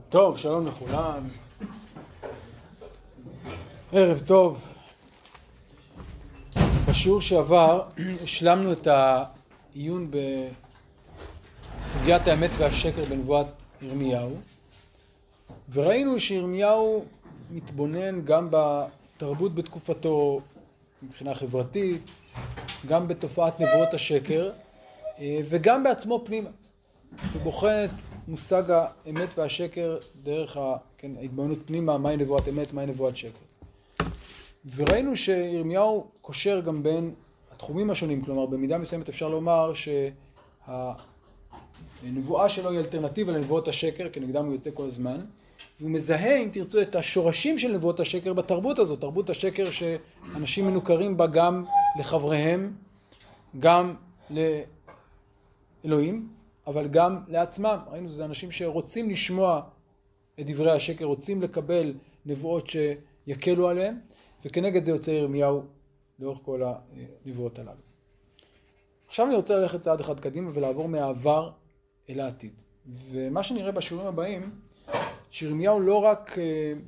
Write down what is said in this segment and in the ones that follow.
טוב, שלום לכולם. ערב טוב. בשיעור שעבר השלמנו את העיון בסוגיית האמת והשקר בנבואת ירמיהו, וראינו שירמיהו מתבונן גם בתרבות בתקופתו מבחינה חברתית, גם בתופעת נבואות השקר, וגם בעצמו פנימה. ובוחן את מושג האמת והשקר דרך ההתבוננות פנימה, מהי נבואת אמת, מהי נבואת שקר. וראינו שירמיהו קושר גם בין התחומים השונים, כלומר במידה מסוימת אפשר לומר שהנבואה שלו היא אלטרנטיבה לנבואות השקר, כנגדם הוא יוצא כל הזמן, והוא מזהה, אם תרצו, את השורשים של נבואות השקר בתרבות הזאת, תרבות השקר שאנשים מנוכרים בה גם לחבריהם, גם לאלוהים, אבל גם לעצמם. ראינו שזה אנשים שרוצים לשמוע את דברי השקר, רוצים לקבל נבואות שיקלו עליהם, וכנגד זה יוצא ירמיהו לאורך כל הנבואות הללו. עכשיו אני רוצה ללכת צעד אחד קדימה ולעבור מהעבר אל העתיד. ומה שנראה בשיעורים הבאים, שירמיהו לא רק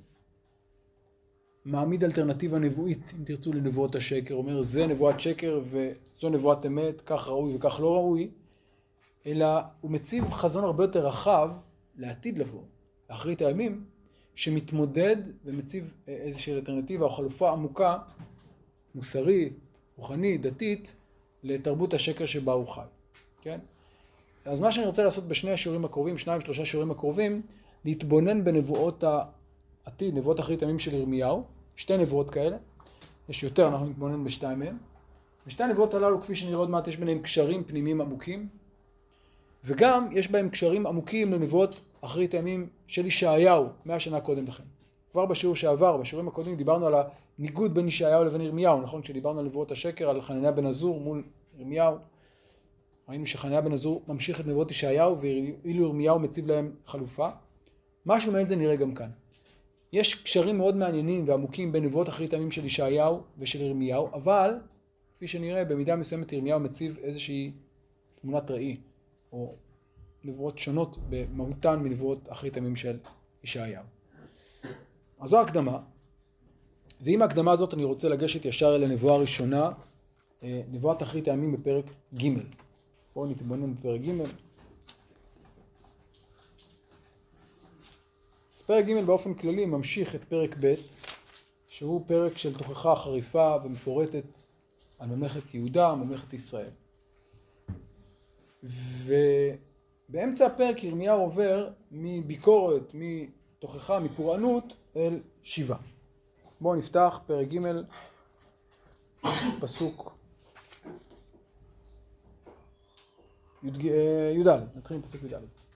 מעמיד אלטרנטיבה נבואית, אם תרצו, לנבואות השקר, אומר זה נבואת שקר וזו נבואת אמת, כך ראוי וכך לא ראוי, אלא הוא מציב חזון הרבה יותר רחב לעתיד לבוא, לאחרית הימים, שמתמודד ומציב איזושהי אלטרנטיבה או חלופה עמוקה, מוסרית, רוחנית, דתית, לתרבות השקר שבה הוא חי. כן? אז מה שאני רוצה לעשות בשני השיעורים הקרובים, 2-3 שיעורים הקרובים, להתבונן בנבואות העתיד, נבואות אחרית הימים של ירמיהו, 2 נבואות כאלה, יש יותר, אנחנו נתבונן ב2 מהם. ב2 הנבואות הללו, כפי שנראה עוד מעט, יש ביניהם קשרים פנימיים עמוקים, וגם יש בהם קשרים עמוקים לנבואות אחרית הימים של ישעיהו, 100 שנה קודם לכן. כבר בשיעור שעבר, בשיעורים הקודמים, דיברנו על הניגוד בין ישעיהו לבין ירמיהו, נכון? כשדיברנו על נבואות השקר, על חנניה בן עזור מול ירמיהו, ראינו שחנניה בן עזור ממשיך את נבואות ישעיהו, ואילו ירמיהו מציב להם חלופה. משהו מעין זה נראה גם כאן. יש קשרים מאוד מעניינים ועמוקים בין נבואות אחרית הימים של ישעיהו ושל ירמיהו, אבל, כפי שנראה, במידה מסוימת ירמיהו מציב איזושהי תמונת ראי, או נבואות שונות במהותן מנבואות אחרית הימים של ישעיהו. אז זו הקדמה, ועם ההקדמה הזאת אני רוצה לגשת ישר אל הנבואה הראשונה, נבואת אחרית הימים בפרק ג'. בואו נתבונן בפרק ג'. אז פרק ג' באופן כללי ממשיך את פרק ב', שהוא פרק של תוכחה חריפה ומפורטת על ממלכת יהודה, ממלכת ישראל. ובאמצע הפרק ירמיהו עובר מביקורת, מתוכחה, מפורענות אל שיבה. בואו נפתח פרק ג' פסוק י"ד, נתחיל עם פסוק י"ד.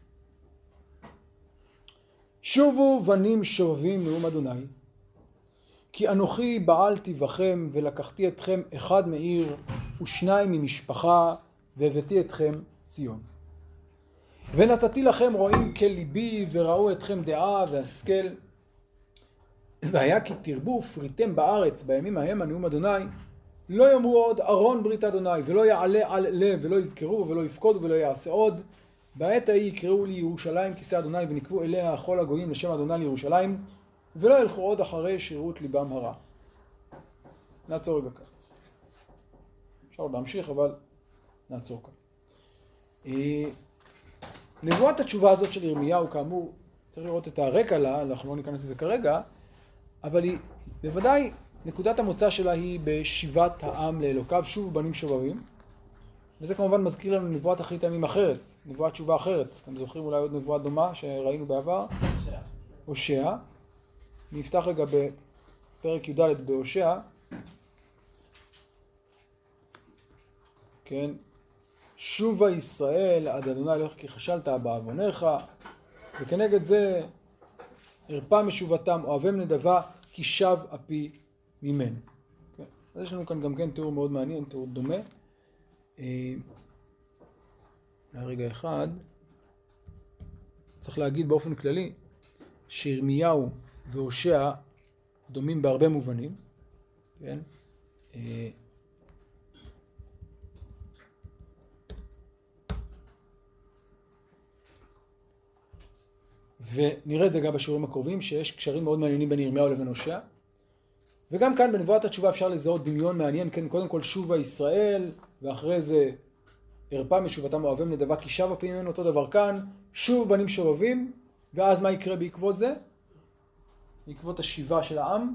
שובו בנים שובבים נאום אדוני, כי אנוכי בעלתי בכם ולקחתי אתכם אחד מעיר ושניים ממשפחה והבאתי אתכם ציון. ונתתי לכם רועים כליבי וראו אתכם דעה והשכל. והיה כי תרבו ופריתם בארץ בימים ההם הנאום אדוני, לא יאמרו עוד ארון ברית אדוני, ולא יעלה על לב, ולא יזכרו ולא יפקודו ולא יעשה עוד. בעת ההיא יקראו לי ירושלים כיסא אדוני, ונקבו אליה כל הגויים לשם אדוני לירושלים, ולא ילכו עוד אחרי שירות ליבם הרע. נעצור רגע כאן. אפשר עוד להמשיך, אבל נעצור כאן. נבואת התשובה הזאת של ירמיהו, כאמור, צריך לראות את הרקע לה, אנחנו לא ניכנס לזה כרגע, אבל היא, בוודאי, נקודת המוצא שלה היא בשיבת העם לאלוקיו, שוב בנים שובבים, וזה כמובן מזכיר לנו נבואת אחרית הימים אחרת, נבואת תשובה אחרת. אתם זוכרים אולי עוד נבואה דומה שראינו בעבר? הושע. נפתח רגע בפרק י"ד בהושע. כן. שובה ישראל עד אדוני אלוהיך כי כשלת בעוונך, וכנגד זה הרפא משובתם אוהבם נדבה כי שב אפי ממנו. כן. אז יש לנו כאן גם כן תיאור מאוד מעניין, תיאור דומה. לרגע אחד צריך להגיד באופן כללי שירמיהו והושע דומים בהרבה מובנים, כן? ונראה את זה גם בשיעורים הקרובים, שיש קשרים מאוד מעניינים בין ירמיהו לבין הושע. וגם כאן בנבואת התשובה אפשר לזהות דמיון מעניין, כן, קודם כל שובה ישראל, ואחרי זה הרפא משובתם אוהבים נדבה כי שבה פי ממנו, אותו דבר כאן, שוב בנים שובבים, ואז מה יקרה בעקבות זה? בעקבות השיבה של העם,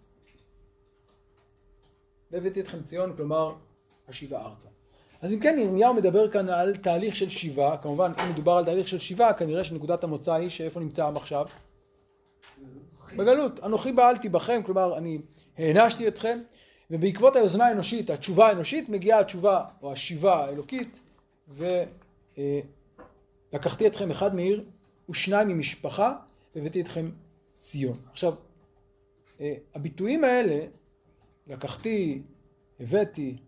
והבאתי אתכם ציון, כלומר השיבה ארצה. אז אם כן, ירמיהו מדבר כאן על תהליך של שיבה, כמובן אם מדובר על תהליך של שיבה, כנראה שנקודת המוצא היא שאיפה נמצא העם עכשיו? בגלות. אנוכי בעלתי בכם, כלומר אני הענשתי אתכם, ובעקבות היוזמה האנושית, התשובה האנושית, מגיעה התשובה או השיבה האלוקית, ולקחתי אתכם אחד מעיר ושניים ממשפחה, והבאתי אתכם ציון. עכשיו, הביטויים האלה, לקחתי, הבאתי,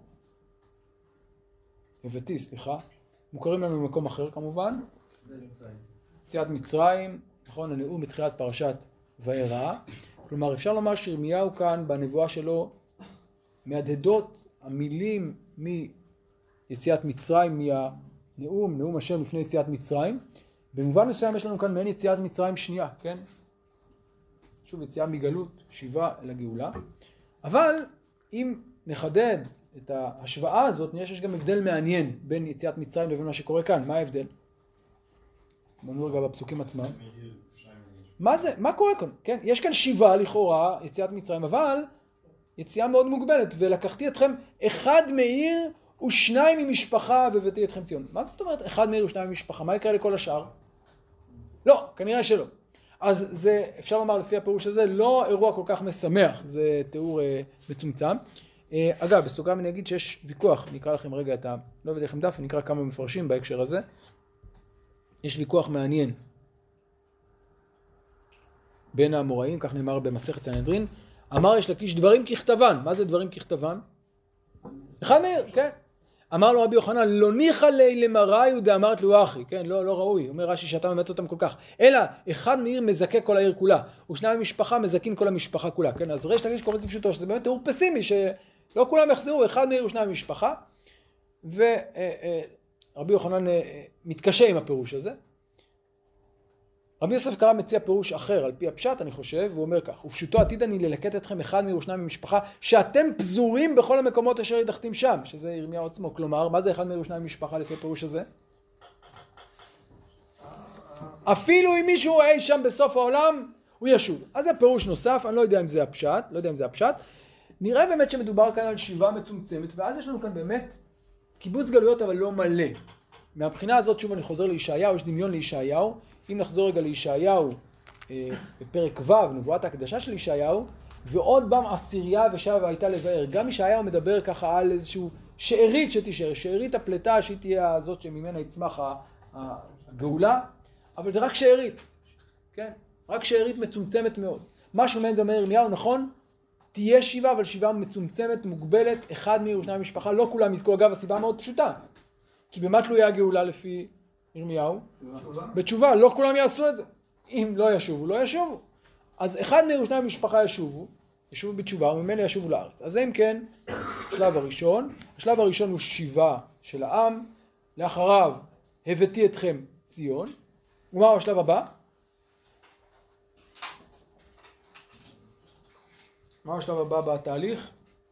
מוכרים לנו במקום אחר כמובן. יציאת מצרים, נכון, הנאום בתחילת פרשת וירא. כלומר, אפשר לומר שירמיהו כאן בנבואה שלו מהדהדות המילים מיציאת מצרים, מהנאום, נאום השם לפני יציאת מצרים. במובן מסוים יש לנו כאן מעין יציאת מצרים שנייה, כן? שוב, יציאה מגלות, שיבה אל הגאולה. אבל אם נחדד את ההשוואה הזאת, נראה שיש גם הבדל מעניין בין יציאת מצרים לבין מה שקורה כאן. מה ההבדל? בואו נראה גם בפסוקים עצמם. מה זה? מה קורה כאן? כן? יש כאן שיבה לכאורה, יציאת מצרים, אבל יציאה מאוד מוגבלת, ולקחתי אתכם אחד מעיר ושניים ממשפחה והבאתי אתכם ציון. מה זאת אומרת אחד מעיר ושניים ממשפחה? מה יקרה לכל השאר? לא, כנראה שלא. אז זה, אפשר לומר לפי הפירוש הזה, לא אירוע כל כך משמח, זה תיאור מצומצם. אגב, בסוגריים אני אגיד שיש ויכוח, אני אקרא לכם רגע את לא הבאתי לכם דף, אני אקרא כמה מפרשים בהקשר הזה. יש ויכוח מעניין בין האמוראים, כך נאמר במסכת סנהדרין, אמר יש לקיש דברים ככתבן. מה זה דברים ככתבן? אחד מעיר, כן. אמר לו רבי יוחנן, לא ניחא לי למראי ודאמרת לו אחי, כן, לא ראוי, אומר רש"י שאתה ממת אותם כל כך, אלא אחד מעיר מזכה כל העיר כולה, ושניים משפחה מזכים כל המשפחה כולה, כן, אז ריש לקיש קורא כפשוטו, שזה באמת תיאור פסימי, שלא כולם יחזרו, אחד מעיר ושניים משפחה, ורבי יוחנן מתקשה עם הפירוש הזה. רבי יוסף קרא מציע פירוש אחר, על פי הפשט אני חושב, והוא אומר כך, ופשוטו עתיד אני ללקט אתכם אחד מעיר ושניים ממשפחה, שאתם פזורים בכל המקומות אשר ידחתים שם, שזה ירמיהו עצמו. כלומר, מה זה אחד מעיר ושניים ממשפחה לפי הפירוש הזה? אפילו אם מישהו אי שם בסוף העולם, הוא ישוב. אז זה פירוש נוסף, אני לא יודע אם זה הפשט, נראה באמת שמדובר כאן על שיבה מצומצמת, ואז יש לנו כאן באמת קיבוץ גלויות אבל לא מלא. מהבחינה הזאת, שוב אני חוזר לישעיהו, יש דמיון לישעיהו. אם נחזור רגע לישעיהו, בפרק ו', נבואת ההקדשה של ישעיהו, ועוד בם עשירייה ושבה והייתה לבאר. גם ישעיהו מדבר ככה על איזשהו שארית שתישאר, שארית הפלטה שהיא תהיה הזאת שממנה יצמח הגאולה, אבל זה רק שארית, כן? רק שארית מצומצמת מאוד. משהו מעין זה אומר ירמיהו, נכון? תהיה שיבה, אבל שיבה מצומצמת, מוגבלת, אחד מעיר ושניים משפחה, לא כולם יזכו. אגב, הסיבה מאוד פשוטה, כי במה תלויה הגאולה לפי ירמיהו? בתשובה, לא כולם יעשו את זה. אם לא ישובו, לא ישובו. אז אחד מעיר ושניים משפחה ישובו בתשובה, וממילא ישובו לארץ. אז זה אם כן, השלב הראשון. השלב הראשון הוא שיבה של העם, לאחריו הבאתי אתכם ציון. ומה השלב הבא? מה השלב הבא בתהליך?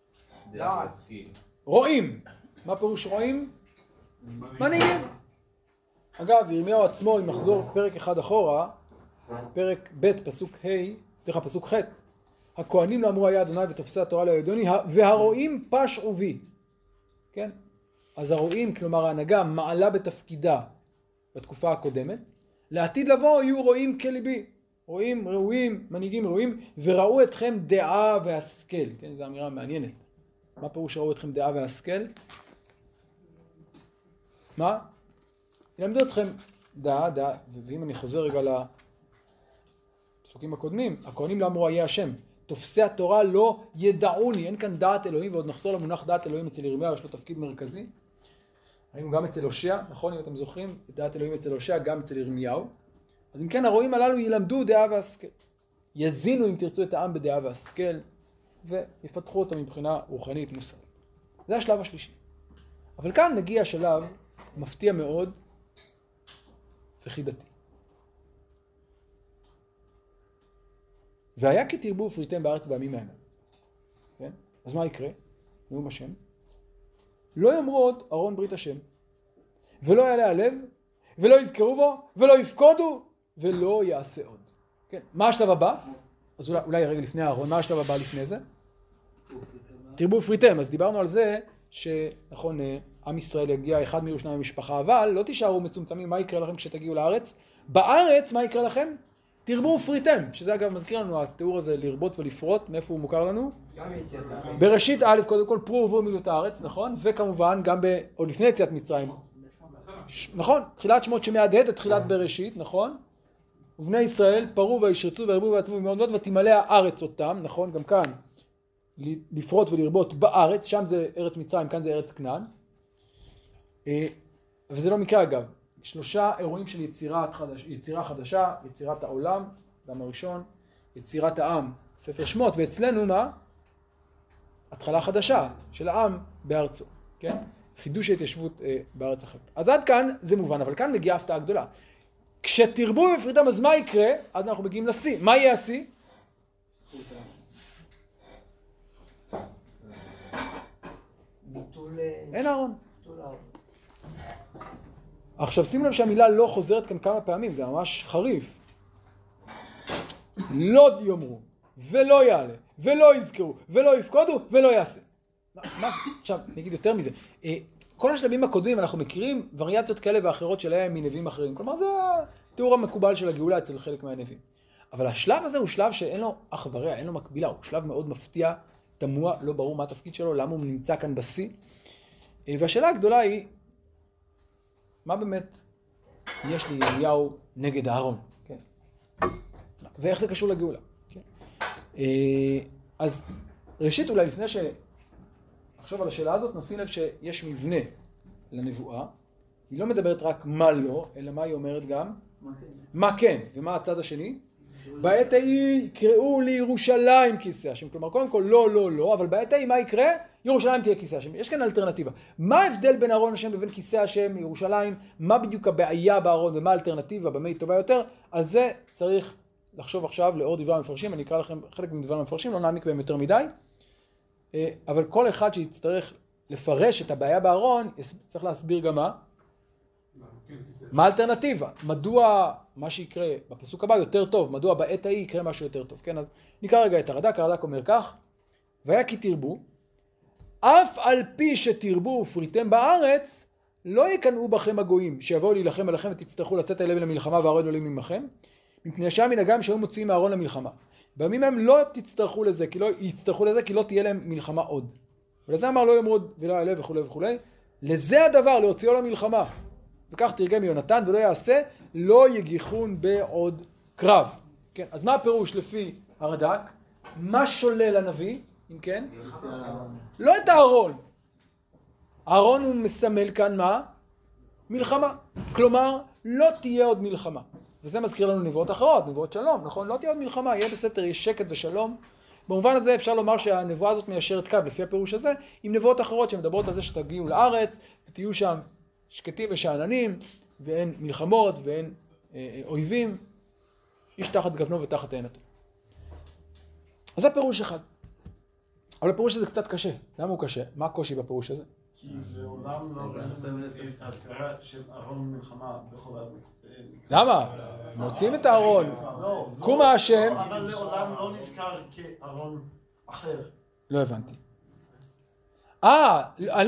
רואים. מה פירוש רואים? מנהיגים. אגב, ירמיהו עצמו, אם נחזור פרק אחד אחורה, פרק ב' פסוק ח', הכהנים לא אמרו היה אדוני ותופסי התורה לא ידעוני, והרואים פשעו בי. כן? אז הרואים, כלומר ההנהגה, מעלה בתפקידה בתקופה הקודמת, לעתיד לבוא יהיו רואים כליבי. רואים ראויים, מנהיגים ראויים, וראו אתכם דעה והשכל. כן, זו אמירה מעניינת. מה פירוש ראו אתכם דעה והשכל? מה? ילמדו אתכם דעה, ואם אני חוזר רגע לפסוקים הקודמים, הכהנים לא אמרו איה השם, תופסי התורה לא ידעוני, אין כאן דעת אלוהים, ועוד נחזור למונח דעת אלוהים אצל ירמיהו, יש לו תפקיד מרכזי. ראינו גם אצל הושע, נכון, אם אתם זוכרים, דעת אלוהים אצל הושע, גם אצל ירמיהו. אז אם כן, הרואים הללו ילמדו דעה והשכל. יזינו, אם תרצו, את העם בדעה והשכל, ויפתחו אותו מבחינה רוחנית מוסרית. זה השלב השלישי. אבל כאן מגיע שלב מפתיע מאוד וחידתי. והיה כי תרבו ופריתם בארץ בימים ההם. כן? אז מה יקרה? נאום השם. לא יאמרו ארון ברית השם, ולא יעלה הלב, ולא יזכרו בו, ולא יפקודו, ולא יעשה עוד. כן? מה השלב הבא? אז אולי רגע לפני הארון, מה השלב הבא לפני זה? תרבו ופריתם. אז דיברנו על זה שנכון, עם ישראל יגיע אחד מירושלים משפחה, אבל לא תישארו מצומצמים. מה יקרה לכם כשתגיעו לארץ? בארץ, מה יקרה לכם? תרבו ופריתם, שזה אגב מזכיר לנו התיאור הזה לרבות ולפרוט, מאיפה הוא מוכר לנו? בראשית א', קודם כל פרו ורבו ומילאו את הארץ, נכון? וכמובן גם עוד לפני יציאת מצרים. נכון, תחילת שמות שמהדהד את תחילת בראשית, נכון? ובני ישראל פרו וישרצו וירבו ויעצמו ומאוד ותמלא הארץ אותם, נכון? גם כאן לפרוט ולרבות בארץ, שם זה ארץ מצרים, כאן זה ארץ כנען. וזה לא מקרה אגב. 3 אירועים של יצירה חדשה, יצירת העולם, גם הראשון, יצירת העם, ספר שמות, ואצלנו מה? התחלה חדשה של העם בארצו, כן? חידוש ההתיישבות בארץ אחרת. אז עד כאן זה מובן, אבל כאן מגיעה הפתעה גדולה. כשתרבו בפריתם, אז מה יקרה? אז אנחנו מגיעים לשיא. מה יהיה השיא? אין ארון. עכשיו שימו לב שהמילה לא חוזרת כאן כמה פעמים, זה ממש חריף. לא יאמרו, ולא יעלה, ולא יזכרו, ולא יפקודו, ולא יעשה. מה זה? עכשיו, נגיד יותר מזה. כל השלבים הקודמים אנחנו מכירים וריאציות כאלה ואחרות שלהם מנביאים אחרים. כלומר, זה התיאור המקובל של הגאולה אצל חלק מהנביאים. אבל השלב הזה הוא שלב שאין לו אח ורע, אין לו מקבילה. הוא שלב מאוד מפתיע, תמוה, לא ברור מה התפקיד שלו, למה הוא נמצא כאן בשיא. והשאלה הגדולה היא, מה באמת יש לירמיהו נגד אהרון? כן. ואיך זה קשור לגאולה? כן. אז ראשית אולי לפני שנחשוב על השאלה הזאת, נשים לב שיש מבנה לנבואה. היא לא מדברת רק מה לא, אלא מה היא אומרת גם? מה כן. ומה הצד השני? בעת ההיא יקראו לירושלים כיסא השם. כלומר, קודם כל לא, לא, לא, אבל בעת ההיא מה יקרה? ירושלים תהיה כיסא השם. יש כאן אלטרנטיבה. מה ההבדל בין ארון השם לבין כיסא השם, ירושלים? מה בדיוק הבעיה בארון ומה האלטרנטיבה, במה היא טובה יותר? על זה צריך לחשוב עכשיו לאור דברי המפרשים. אני אקרא לכם חלק מדברי המפרשים, לא נעמיק בהם יותר מדי. אבל כל אחד שיצטרך לפרש את הבעיה בארון, צריך להסביר גם מה? מה האלטרנטיבה? מדוע מה שיקרה בפסוק הבא יותר טוב? מדוע בעת ההיא יקרה משהו יותר טוב? כן, אז נקרא רגע את הרד"ק. הרד"ק אומר כך, והיה כי תרבו, אף על פי שתרבו ופריתם בארץ, לא יקנאו בכם הגויים, שיבואו להילחם עליכם ותצטרכו לצאת אליהם למלחמה והארון עולים ממכם, מפני שהמנהגם שהיו מוציאים מהארון למלחמה. בימים הם לא יצטרכו לזה, כי לא תהיה להם מלחמה עוד. ולזה אמר לא יאמרו ולא יעלה וכו' וכו'. לזה הדבר, להוציאו למלחמה. וכך תרגם יונתן, ולא יעשה, לא יגיחון בעוד קרב. כן, אז מה הפירוש לפי הרד"ק? מה שולל הנביא, אם כן? לא את הארון. הארון הוא מסמל כאן מה? מלחמה. כלומר, לא תהיה עוד מלחמה. וזה מזכיר לנו נבואות אחרות, נבואות שלום, נכון? לא תהיה עוד מלחמה, יהיה בסתר, יש שקט ושלום. במובן הזה אפשר לומר שהנבואה הזאת מיישרת קו, לפי הפירוש הזה, עם נבואות אחרות שמדברות על זה שתגיעו לארץ, ותהיו שם שקטים ושאננים, ואין מלחמות, ואין אויבים, איש תחת גוונו ותחת תאנתו. אז זה פירוש אחד. אבל הפירוש הזה קצת קשה. למה הוא קשה? מה הקושי בפירוש הזה? כי לעולם לא רואים את ההגדרה של ארון מלחמה בכל למה? מוצאים את הארון. קומה השם. אבל לעולם לא נזכר כארון אחר. לא הבנתי. אני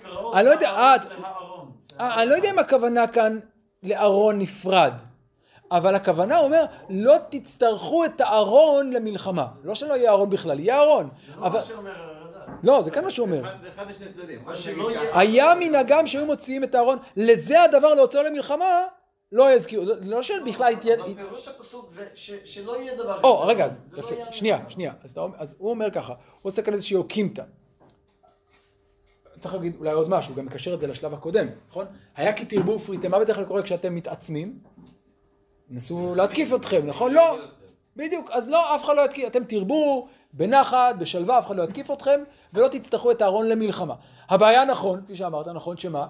לא יודע אם הכוונה כאן לארון נפרד. אבל הכוונה אומר, לא תצטרכו את הארון למלחמה. לא שלא יהיה ארון בכלל, יהיה ארון. זה לא מה שאומר הרד"ק. לא, זה כאן מה שאומר. זה אחד משני צדדים. היה מנהגם שהיו מוציאים את הארון, לזה הדבר להוצאו למלחמה, לא יזכירו. לא שבכלל תהיה... אבל פירוש הפסוק זה שלא יהיה דבר כזה. רגע, אז שנייה. אז הוא אומר ככה, הוא עושה כאן איזושהי אוקימתא. צריך להגיד אולי עוד משהו, גם מקשר את זה לשלב הקודם, נכון? היה כי תרבו ופריתם, מה בדרך כלל קורה כשאתם מתעצמים? נסו להתקיף אתכם, נכון? לא, בדיוק, אז לא, אף אחד לא יתקיף, אתם תרבו בנחת, בשלווה, אף אחד לא יתקיף אתכם, ולא תצטרכו את הארון למלחמה. הבעיה נכון, כפי שאמרת, נכון שמה?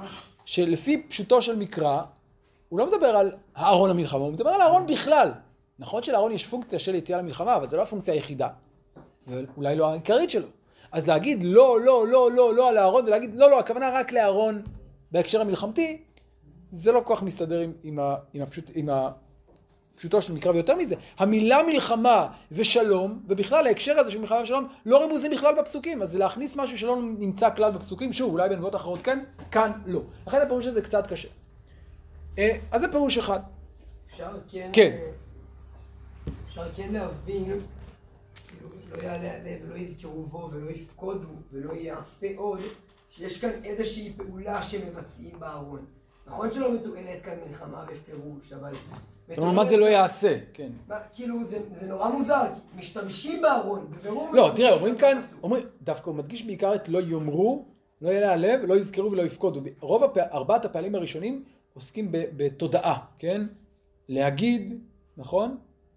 שלפי פשוטו של מקרא, הוא לא מדבר על הארון למלחמה, הוא מדבר על הארון בכלל. נכון שלארון יש פונקציה של יציאה למלחמה, אבל זו לא הפונקציה היחידה. ואולי לא העיקרית שלו. אז להגיד לא, לא, לא, לא, לא על הארון, ולהגיד לא, לא, הכוונה רק לארון בהקשר המלחמתי, זה לא כל כך מסתדר עם הפשוטו של מקרא, ויותר מזה. המילה מלחמה ושלום, ובכלל ההקשר הזה של מלחמה ושלום, לא רמוזים בכלל בפסוקים. אז זה להכניס משהו שלא נמצא כלל בפסוקים, שוב, אולי בנבואות אחרות כן, כאן לא. לכן הפירוש הזה קצת קשה. אז זה פירוש אחד. כן. אפשר כן להבין, לא יעלה עליהם ולא יזכרו בו ולא יפקודו ולא יעשה עוד, שיש כאן איזושהי פעולה שמבצעים בארון. נכון שלא מתוארת כאן מלחמה בפירוש, אבל... זאת אומרת, מה זה לא יעשה? כן. כאילו, זה נורא מוזר, כי משתמשים בארון, בבירור... לא, תראה, אומרים כאן, דווקא הוא מדגיש בעיקר את לא יאמרו, לא יעלה עליהם, לא יזכרו ולא יפקודו. רוב ארבעת הפעלים הראשונים עוסקים בתודעה, כן? להגיד, נכון?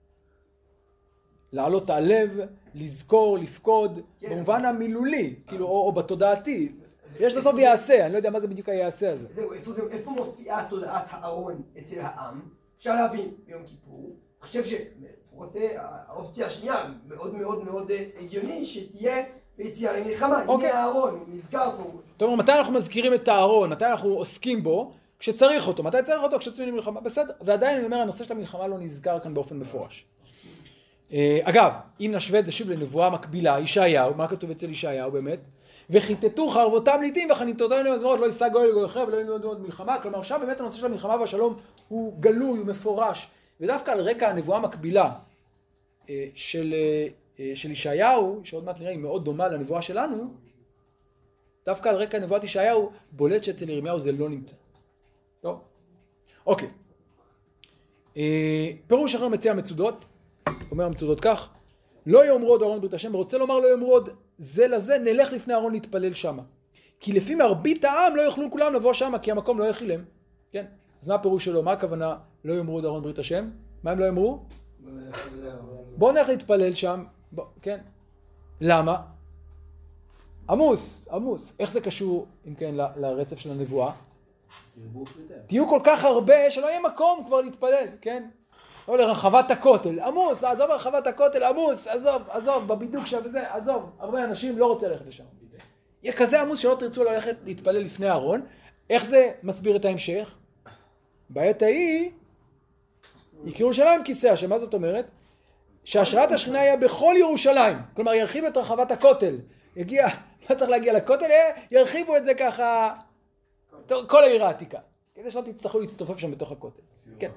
לעלות הלב, לזכור, לפקוד, במובן המילולי, כאילו, או בתודעתי. יש בסוף יעשה, אני לא יודע מה זה בדיוק היעשה הזה. זהו, איפה מופיעה תודעת הארון אצל העם? אפשר להבין ביום כיפור. אני חושב שלפחות האופציה השנייה מאוד מאוד מאוד הגיוני שתהיה ביציאה למלחמה. הנה הארון, הוא נזכר פה. זאת אומרת, מתי אנחנו מזכירים את הארון? מתי אנחנו עוסקים בו? כשצריך אותו. מתי צריך אותו? כשיוצאים למלחמה. בסדר. ועדיין אני אומר, הנושא של המלחמה לא נזכר כאן באופן מפורש. אגב, אם נשווה את זה שוב לנבואה מקבילה, ישעיהו, מה כתוב אצל ישעיהו באמת? וחיטטו חרבותם לעתים וחניתותיהם למזמרות, לא יישא גוי לגויכם ולא ילמדו עוד מלחמה. כלומר, עכשיו באמת הנושא של המלחמה והשלום הוא גלוי, הוא מפורש. ודווקא על רקע הנבואה המקבילה של ישעיהו, שעוד מעט נראה היא מאוד דומה לנבואה שלנו, דווקא על רקע נבואת ישעיהו בולט שאצל ירמיהו זה לא נמצא. טוב? אוקיי. פירוש אחר מציע מצודות, אומר המצודות כך, לא יאמרו עוד ארון ברית השם, רוצה לומר לא יאמרו עוד זה לזה, נלך לפני ארון להתפלל שמה. כי לפי מרבית העם לא יוכלו כולם לבוא שמה, כי המקום לא יכילם. כן? אז מה הפירוש שלו? מה הכוונה לא יאמרו עוד ארון ברית השם? מה הם לא יאמרו? בואו נלך להתפלל שם. כן? למה? עמוס. איך זה קשור, אם כן, לרצף של הנבואה? תהיו כל כך הרבה שלא יהיה מקום כבר להתפלל, כן? או לרחבת הכותל, עמוס, עזוב לרחבת הכותל, עמוס, עזוב, בבידוק שם וזה, עזוב, הרבה אנשים לא רוצה ללכת לשם. יהיה כזה עמוס שלא תרצו ללכת להתפלל לפני הארון. איך זה מסביר את ההמשך? בעת ההיא, יקראו ירושלים כיסא השם, מה זאת אומרת? שהשראת השכינה היה בכל ירושלים, כלומר ירחיב את רחבת הכותל, יגיע, לא צריך להגיע לכותל, ירחיבו את זה ככה, כל העיר העתיקה, כדי שלא תצטרכו להצטופף שם בתוך הכותל. כן.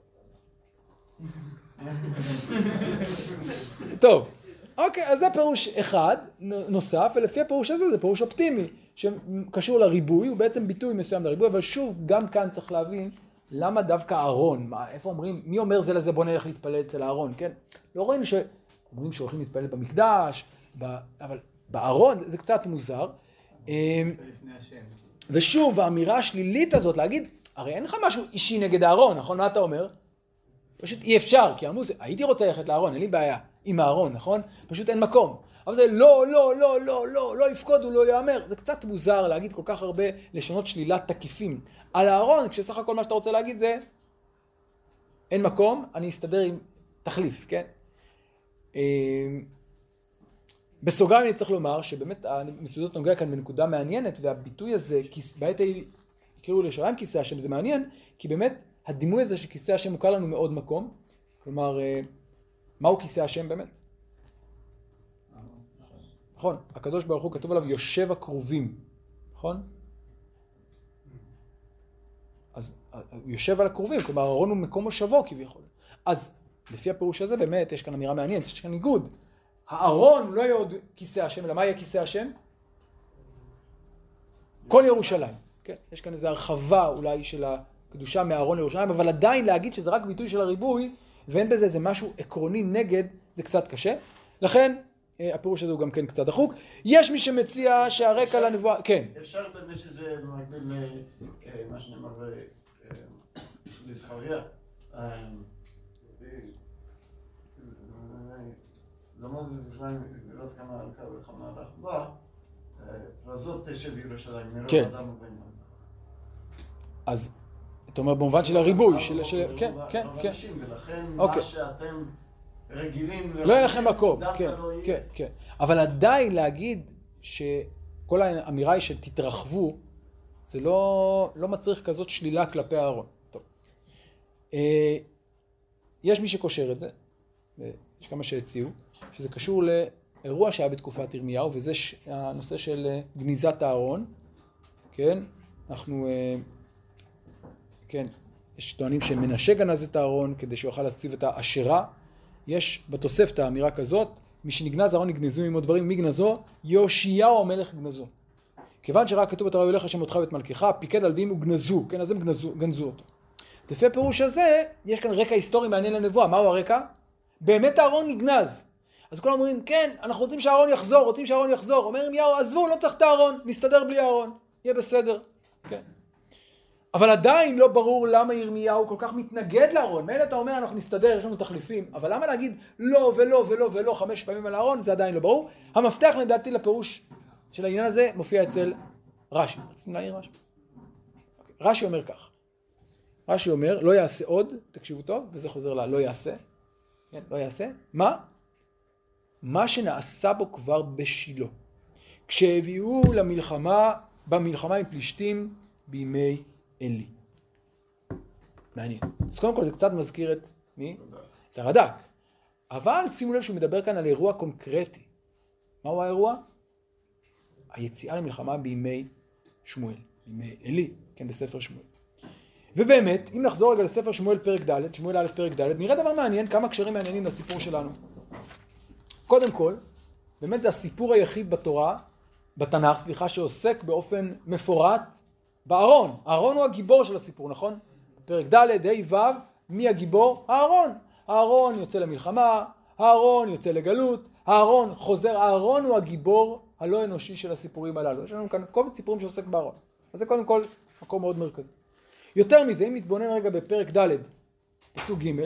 טוב, אוקיי, אז זה פירוש אחד נוסף, ולפי הפירוש הזה זה פירוש אופטימי, שקשור לריבוי, הוא בעצם ביטוי מסוים לריבוי, אבל שוב, גם כאן צריך להבין למה דווקא הארון, איפה אומרים, מי אומר זה לזה בוא נלך להתפלל אצל הארון, כן? לא רואים שאומרים שהולכים להתפלל במקדש, אבל בארון זה קצת מוזר. ושוב, האמירה השלילית הזאת להגיד, הרי אין לך משהו אישי נגד הארון, נכון? מה אתה אומר? פשוט אי אפשר, כי עמוס, הייתי רוצה ללכת לארון, אין לי בעיה עם הארון, נכון? פשוט אין מקום. אבל זה לא יפקוד, הוא לא יאמר. זה קצת מוזר להגיד כל כך הרבה לשונות שלילת תקיפים על הארון, כשסך הכל מה שאתה רוצה להגיד זה, אין מקום, אני אסתדר עם תחליף, כן? בסוגריים אני צריך לומר שבאמת המצודות נוגע כאן בנקודה מעניינת, והביטוי הזה, בעת יקראו לירושלים כיסא השם, זה מעניין, כי באמת הדימוי הזה של כיסא השם מוכר לנו מאוד מקום. כלומר, מהו כיסא השם באמת? נכון, הקדוש ברוך הוא כתוב עליו יושב הקרובים, נכון? אז הוא יושב על הקרובים, כלומר הארון הוא מקום מושבו כביכול. אז לפי הפירוש הזה באמת יש כאן אמירה מעניינת, יש כאן ניגוד. הארון לא יהיה עוד כיסא השם, אלא מה יהיה כיסא השם? כל ירושלים. כן, יש כאן איזו הרחבה אולי של הקדושה מהארון לירושלים, אבל עדיין להגיד שזה רק ביטוי של הריבוי, ואין בזה איזה משהו עקרוני נגד, זה קצת קשה. לכן, הפירוש הזה הוא גם כן קצת דחוק. יש מי שמציע שהרקע לנבואה, כן. אפשר באמת שזה מקביל למה שנאמר לזכריה. למרות ירושלים, לראות כמה הלכה וכמה רחבה, פרזות תשב ירושלים, מרוב אדם ובן. אז אתה אומר במובן של הריבוי, כן, כן, כן. ולכן אוקיי. מה שאתם רגילים... לא יהיה לכם מקום, כן, כן, כן. אבל עדיין להגיד שכל האמירה היא שתתרחבו, זה לא מצריך כזאת שלילה כלפי הארון. טוב. יש מי שקושר את זה, יש כמה שהציעו, שזה קשור לאירוע שהיה בתקופת ירמיהו, וזה הנושא של גניזת הארון. כן, אנחנו, כן, יש טוענים שמנשה גנז את הארון כדי שיוכל להציב את האשרה. יש בתוספתא אמירה כזאת, מי שנגנז הארון נגנזו עמו דברים, מי גנזו? יאשיהו המלך גנזו. כיוון שרק כתוב בתורה יולך השם אותך ואת מלכך, פיקד על לוויים וגנזו, כן, אז הם גנזו אותו. לפי הפירוש הזה, יש כאן רקע היסטורי מעניין לנבואה. מהו הרקע? באמת הארון נגנז. אז כולם אומרים, כן, אנחנו רוצים שהארון יחזור, אומר ירמיהו, עזבו, לא צריך את הארון, נסתדר בלי הארון, יהיה בסדר. כן. אבל עדיין לא ברור למה ירמיהו כל כך מתנגד לארון. מילא אתה אומר, אנחנו נסתדר, יש לנו תחליפים, אבל למה להגיד לא ולא 5 פעמים על הארון, זה עדיין לא ברור. המפתח לדעתי לפירוש של העניין הזה מופיע אצל רש"י. רציתם להעיר משהו? רש"י אומר כך. רש"י אומר, לא יעשה עוד, תקשיבו טוב, וזה חוזר לה, לא יעשה. כן, לא יעשה. מה? מה שנעשה בו כבר בשילה. כשהביאו במלחמה עם פלישתים בימי אלי. מעניין. אז קודם כל זה קצת מזכיר את מי? את הרד"ק. אבל שימו לב שהוא מדבר כאן על אירוע קונקרטי. מהו האירוע? היציאה למלחמה בימי שמואל. בימי אלי, כן, בספר שמואל. ובאמת, אם נחזור רגע לספר שמואל פרק ד', שמואל א' פרק ד', נראה דבר מעניין, כמה קשרים מעניינים לסיפור שלנו. קודם כל, באמת זה הסיפור היחיד בתנ"ך, שעוסק באופן מפורט בארון. הארון הוא הגיבור של הסיפור, נכון? פרק ד', ה', ו', מי הגיבור? הארון. הארון יוצא למלחמה, הארון יוצא לגלות, הארון חוזר, הארון הוא הגיבור הלא אנושי של הסיפורים הללו. יש לנו כאן קובץ סיפורים שעוסק בארון. אז זה קודם כל מקום מאוד מרכזי. יותר מזה, אם נתבונן רגע בפרק ד', פסוק ג',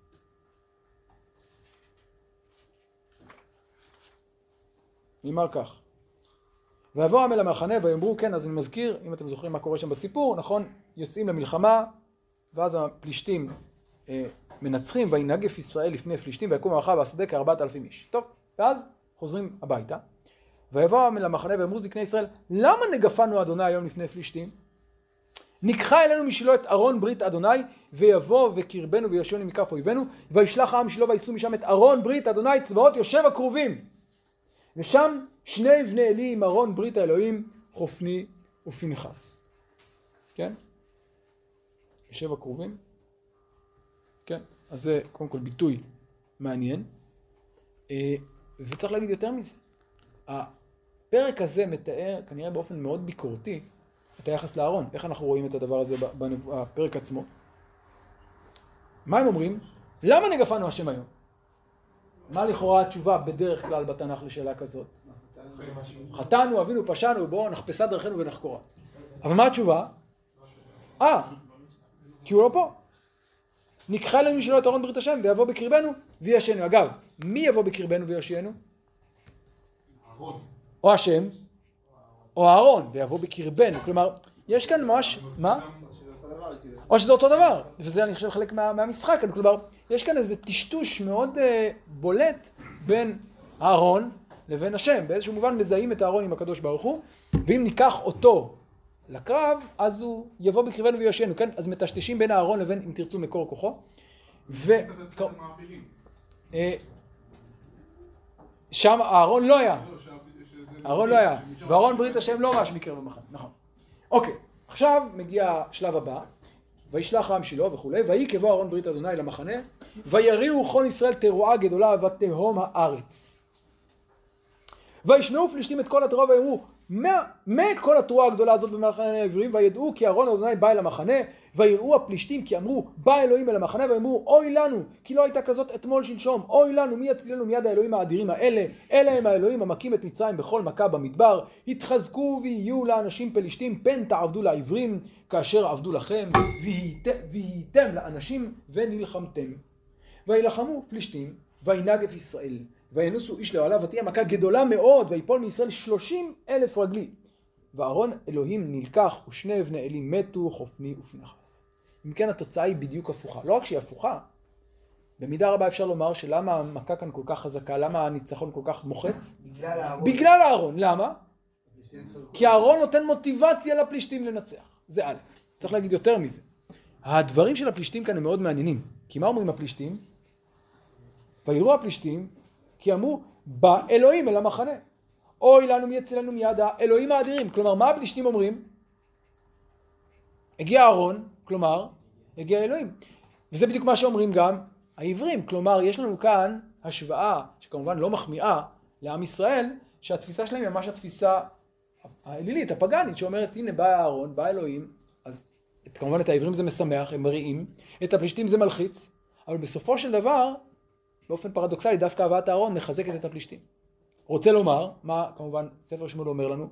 נאמר כך. ויבוא העם אל המחנה ויאמרו, כן, אז אני מזכיר, אם אתם זוכרים מה קורה שם בסיפור, נכון? יוצאים למלחמה, ואז הפלישתים מנצחים, וינגף ישראל לפני פלישתים, ויקום המלחמה בשדה כ4,000 איש. טוב, ואז חוזרים הביתה. ויבוא העם אל המחנה ויאמרו זקני ישראל, למה נגפנו אדוני היום לפני פלישתים? ניקחה אלינו משילו את ארון ברית אדוני, ויבוא וקרבנו ויושיענו מכף אויבינו, וישלח העם שלו ויישאו משם את ארון ברית אדוני צבאות יושב הקרובים. ושם 2 בני עלי עם ארון ברית האלוהים, חופני ופנחס. כן? יושב הקרובים. כן, אז זה קודם כל ביטוי מעניין. ופצריך להגיד יותר מזה. הפרק הזה מתאר כנראה באופן מאוד ביקורתי את היחס לארון. איך אנחנו רואים את הדבר הזה בפרק עצמו? מה הם אומרים? למה נגפנו השם היום? מה לכאורה התשובה בדרך כלל בתנ"ך לשאלה כזאת? חטאנו, אבינו, פשענו, בואו נחפשה דרכנו ונחקורה. אבל מה התשובה? כי הוא לא פה. ניקחה לנו משלו את ארון ברית השם ויבוא בקרבנו ויושיענו. אגב, מי יבוא בקרבנו ויושיענו? או השם או הארון ויבוא בקרבנו. כלומר, יש כאן ממש, מה? או שזה אותו דבר, וזה אני חושב חלק מהמשחק. כלומר, יש כאן איזה טשטוש מאוד בולט בין הארון לבין השם. באיזשהו מובן מזהים את הארון עם הקדוש ברוך הוא, ואם ניקח אותו לקרב, אז הוא יבוא בקרבנו ויושיענו, כן? אז מטשטשים בין הארון לבין, אם תרצו, מקור כוחו. שם הארון לא היה. הארון לא היה. והארון ברית השם לא ממש מקרב המחנה. נכון. אוקיי, עכשיו מגיע השלב הבא. וישלח העם שלו וכו', ויהי כבוא ארון ברית אדוני למחנה, ויריעו כל ישראל תרועה גדולה ותהום הארץ. וישמעו פלישתים את כל התרועה ויאמרו, מה את כל התרועה הגדולה הזאת במחנה העברים? וידעו כי ארון אדוני בא אל המחנה, ויראו הפלישתים כי אמרו, בא אלוהים אל המחנה, ואמרו, אוי לנו, כי לא הייתה כזאת אתמול שלשום, אוי לנו, מי יצילנו מיד האלוהים האדירים האלה? אלה הם האלוהים המכים את מצרים בכל מכה במדבר, התחזקו ויהיו לאנשים פלישתים, פן תעבדו לעברים, כאשר עבדו לכם, והייתם לאנשים ונלחמתם. וילחמו פלישתים, וינגף ישראל, וינוסו איש לאוהליו, ותהיה מכה גדולה מאוד, ויפול מישראל 30,000 רגלי. וארון אלוהים נלקח, ושני בני עלי מתו, חופני ופנחס. אם כן התוצאה היא בדיוק הפוכה. לא רק שהיא הפוכה, במידה רבה אפשר לומר שלמה המכה כאן כל כך חזקה, למה הניצחון כל כך מוחץ? בגלל הארון. בגלל הארון. למה? כי הארון נותן מוטיבציה לפלישתים לנצח. זה א'. צריך להגיד יותר מזה. הדברים של הפלישתים כאן הם מאוד מעניינים. כי מה אומרים הפלישתים? ויראו הפלישתים, כי אמרו, בא אלוהים אל המחנה. אוי לנו מי יצא לנו מיד האלוהים האדירים. כלומר, מה הפלישתים אומרים? הגיע הארון, כלומר, הגיע האלוהים. וזה בדיוק מה שאומרים גם העברים. כלומר, יש לנו כאן השוואה, שכמובן לא מחמיאה לעם ישראל, שהתפיסה שלהם היא ממש התפיסה האלילית, הפגנית, שאומרת, הנה בא הארון, בא אלוהים, אז כמובן את העברים זה משמח, הם מריעים, את הפלישתים זה מלחיץ, אבל בסופו של דבר, באופן פרדוקסלי, דווקא הבאת הארון מחזקת את הפלישתים. רוצה לומר, מה כמובן ספר שמואל אומר לנו?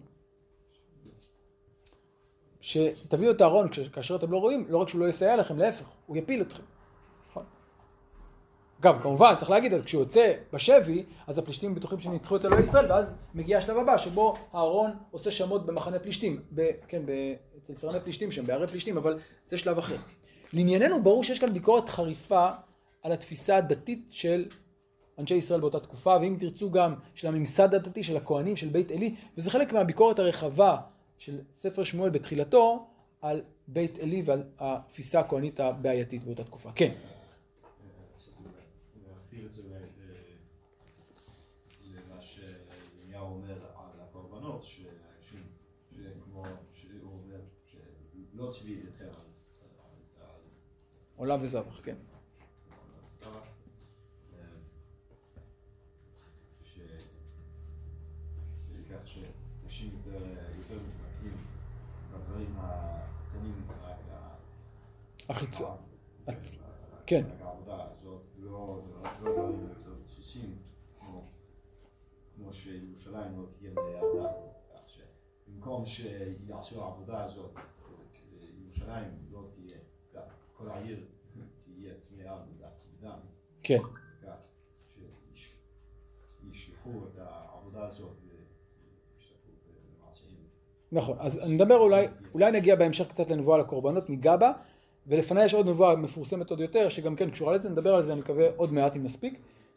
שתביאו את הארון כאשר אתם לא רואים, לא רק שהוא לא יסייע לכם, להפך, הוא יפיל אתכם. נכון? אגב, כמובן, צריך להגיד, אז כשהוא יוצא בשבי, אז הפלישתים בטוחים שניצחו את אלוהי ישראל, ואז מגיע השלב הבא, שבו הארון עושה שמות במחנה פלישתים, אצל שרני פלישתים שם, בערי פלישתים, אבל זה שלב אחר. לענייננו ברור שיש כאן ביקורת חריפה על התפיסה הדתית של אנשי ישראל באותה תקופה, ואם תרצו גם של הממסד הדתי, של הכהנים, של בית אלי, וזה חלק מהביקורת הרחבה של ספר שמואל בתחילתו, על בית אלי ועל התפיסה הכהנית הבעייתית באותה תקופה. כן. להכפיל את זה למה שירמיהו אומר על הקורבנות, כמו שהוא אומר שלא צבי אתכם על עולה וזבח, כן. כך שאנשים יותר מתמקדים בדברים הקטנים, החיצון. כן. העבודה הזאת, לא דברים יותר דחיסים, כמו שירושלים לא תהיה לידה, כך שבמקום שיעשו העבודה הזאת, ירושלים לא תהיה, כל העיר תהיה טמאה דם. כן. כך שישכחו את העבודה הזאת. נכון, אז נדבר אולי נגיע בהמשך קצת לנבואה על הקורבנות, ניגע בה, ולפני יש עוד נבואה מפורסמת עוד יותר, שגם כן קשורה לזה, נדבר על זה, אני מקווה עוד מעט אם נספיק.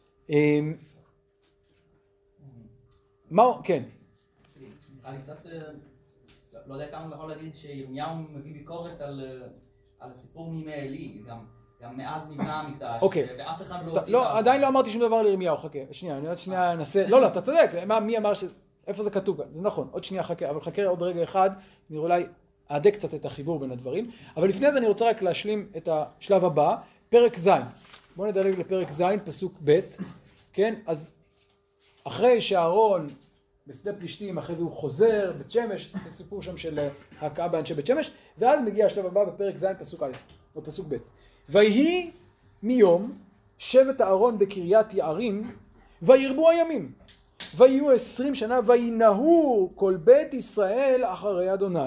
כן. אני קצת, לא יודע כמה יכול להגיד שירמיהו מביא ביקורת על הסיפור מימי אלי, גם מאז נבנה המקדש, ואף אחד לא הוציא... לא, עדיין לא אמרתי שום דבר לירמיהו, חכה, שנייה, אני עוד שנייה אנסה, לא, אתה צודק, מי אמר איפה זה כתוב? זה נכון, עוד שנייה חכה, אבל חכה עוד רגע אחד, אני אולי אעדה קצת את החיבור בין הדברים, אבל לפני זה אני רוצה רק להשלים את השלב הבא, פרק ז'. בואו נדלג לפרק ז', פסוק ב', כן? אז אחרי שהארון בשדה פלישתים, אחרי זה הוא חוזר, בית שמש, זה סיפור שם של ההכאה באנשי בית שמש, ואז מגיע השלב הבא בפרק ז', פסוק א', או פסוק ב'. ויהי מיום שבט הארון בקריית יערים, וירבו הימים. ויהיו 20 שנה, וינהו כל בית ישראל אחרי אדוני.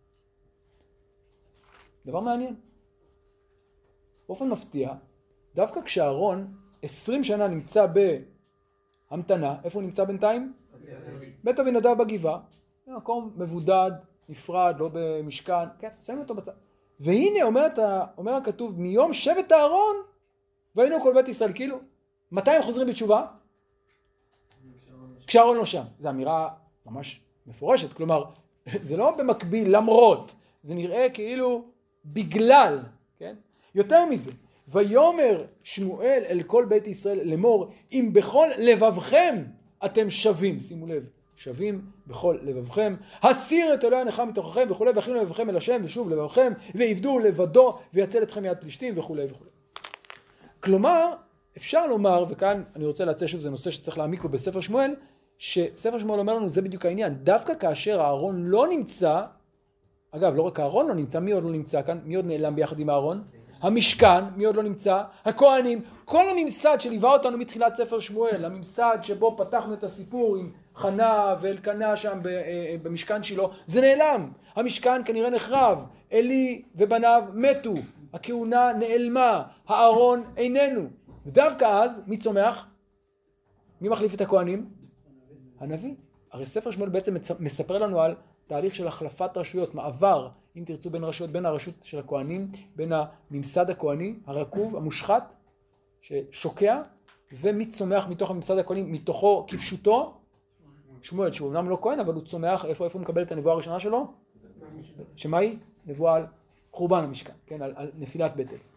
דבר מעניין. באופן מפתיע, דווקא כשאהרון 20 שנה נמצא בהמתנה, איפה הוא נמצא בינתיים? בית אבינדב בגבעה, מקום מבודד, נפרד, לא במשכן, כן, שמים אותו בצד. והנה אומר הכתוב, מיום שבט הארון, והיינו כל בית ישראל, כאילו, מתי הם חוזרים בתשובה? כשאהרון לא שם. זו אמירה ממש מפורשת, כלומר, זה לא במקביל למרות, זה נראה כאילו בגלל, כן? יותר מזה, ויאמר שמואל אל כל בית ישראל לאמור, אם בכל לבבכם אתם שווים, שימו לב, שווים בכל לבבכם, הסיר את אלוהי הנחה מתוככם וכו', והכינו לבבכם אל השם ושוב לבבכם, ועבדו לבדו ויצל אתכם מיד פלישתים וכו' וכו'. כלומר, אפשר לומר, וכאן אני רוצה להציע שוב, זה נושא שצריך להעמיק בו בספר שמואל, שספר שמואל אומר לנו, זה בדיוק העניין, דווקא כאשר הארון לא נמצא, אגב, לא רק הארון לא נמצא, מי עוד לא נמצא כאן? מי עוד נעלם ביחד עם הארון? המשכן, מי עוד לא נמצא? הכהנים, כל הממסד שליווה אותנו מתחילת ספר שמואל, הממסד שבו פתחנו את הסיפור עם חנה ואלקנה שם במשכן שלו, זה נעלם. המשכן כנראה נחרב, אלי ובניו מתו, הכהונה נעלמה, הארון איננו. ודווקא אז, מי צומח? מי מחליף את הכהנים? הנביא. הרי ספר שמואל בעצם מספר לנו על תהליך של החלפת רשויות, מעבר אם תרצו בין רשויות, בין הרשות של הכהנים, בין הממסד הכהני, הרקוב, המושחת, ששוקע, ומי צומח מתוך הממסד הכהני, מתוכו כפשוטו, שמואל, שהוא אמנם לא כהן, אבל הוא צומח, איפה הוא מקבל את הנבואה הראשונה שלו? שמה היא? נבואה על חורבן המשכן, כן, על נפילת בית אל.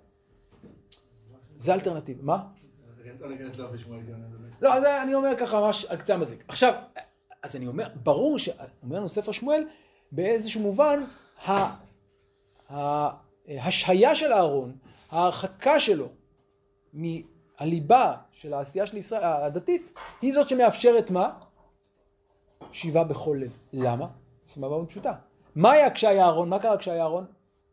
זה אלטרנטיב. מה? לא, אז אני אומר ככה ממש על קצה המזלג. עכשיו, אז אני אומר, ברור שאומר לנו ספר שמואל, באיזשהו מובן, ההשהיה של אהרון, ההרחקה שלו מהליבה של העשייה של ישראל, הדתית, היא זאת שמאפשרת מה? שיבה בכל לב. למה? סיבה מאוד פשוטה. מה היה כשהיה אהרון? מה קרה כשהיה אהרון?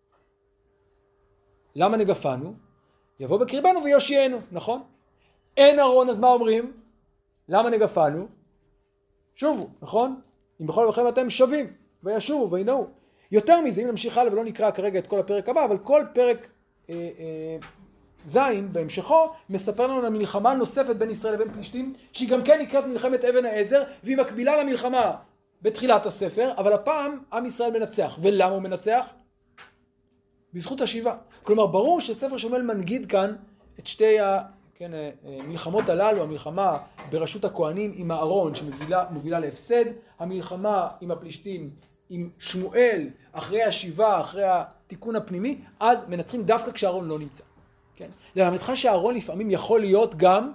למה נגפנו? יבוא בקרבנו ויושיענו, נכון? אין אהרון, אז מה אומרים? למה נגפנו? שובו, נכון? אם בכל לבכם אתם שווים, וישובו וינאו. יותר מזה, אם נמשיך הלאה ולא נקרא כרגע את כל הפרק הבא, אבל כל פרק זין בהמשכו מספר לנו על מלחמה נוספת בין ישראל לבין פלישתים, שהיא גם כן נקראת מלחמת אבן העזר, והיא מקבילה למלחמה בתחילת הספר, אבל הפעם עם ישראל מנצח. ולמה הוא מנצח? בזכות השיבה. כלומר, ברור שספר שמואל מנגיד כאן את שתי המלחמות הללו, המלחמה בראשות הכהנים עם הארון שמובילה להפסד, המלחמה עם הפלישתים עם שמואל אחרי השיבה, אחרי התיקון הפנימי, אז מנצחים דווקא כשהארון לא נמצא. כן? ללמדך שהארון לפעמים יכול להיות גם,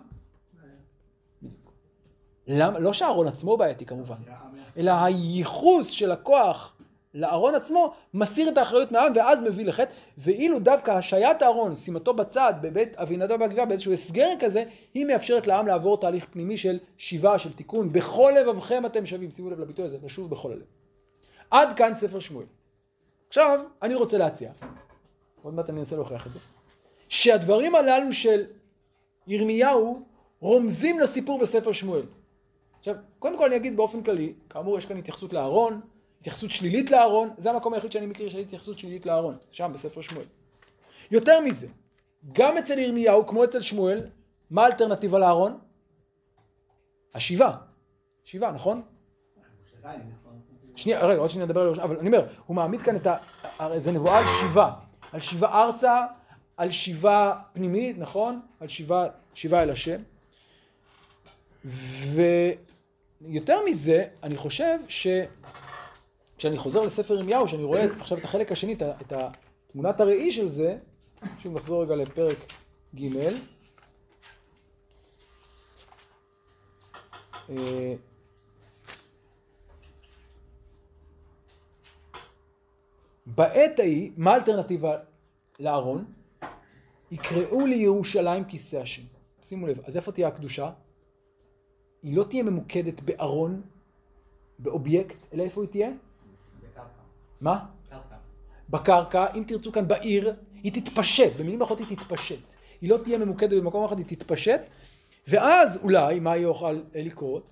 לא שהארון עצמו בעייתי כמובן, אלא הייחוס של הכוח לארון עצמו מסיר את האחריות מהעם ואז מביא לחטא, ואילו דווקא השעיית הארון, שימתו בצד בבית אבינדב והגבעה באיזשהו הסגר כזה, היא מאפשרת לעם לעבור תהליך פנימי של שיבה, של תיקון. בכל לבבכם אתם שווים, שימו לב לביטוי הזה, לשוב בכל הלב. עד כאן ספר שמואל. עכשיו אני רוצה להציע, עוד מעט אני אנסה להוכיח את זה, שהדברים הללו של ירמיהו רומזים לסיפור בספר שמואל. עכשיו, קודם כל אני אגיד באופן כללי, כאמור יש כאן התייחסות לארון, התייחסות שלילית לארון, זה המקום היחיד שאני מכיר שיש התייחסות שלילית לארון, שם בספר שמואל. יותר מזה, גם אצל ירמיהו, כמו אצל שמואל, מה האלטרנטיבה לארון? השיבה. שיבה, נכון? שנייה, רגע, עוד שניה נדבר על ירושלים, אבל אני אומר, הוא מעמיד כאן את זה נבואה על שיבה. על שיבה ארצה, על שיבה פנימית, נכון? על שיבה אל השם. ויותר מזה, אני חושב כשאני חוזר לספר ירמיהו, שאני רואה עכשיו את החלק השני, את תמונת הראי של זה, שוב נחזור רגע לפרק ג' בעת ההיא, מה האלטרנטיבה לארון? יקראו לי ירושלים כיסא השם. שימו לב, אז איפה תהיה הקדושה? היא לא תהיה ממוקדת בארון, באובייקט, אלא איפה היא תהיה? בקרקע. מה? קרקע. בקרקע, אם תרצו כאן בעיר, היא תתפשט, במילים אחרות היא תתפשט. היא לא תהיה ממוקדת במקום אחד, היא תתפשט, ואז אולי, מה יוכל לקרות?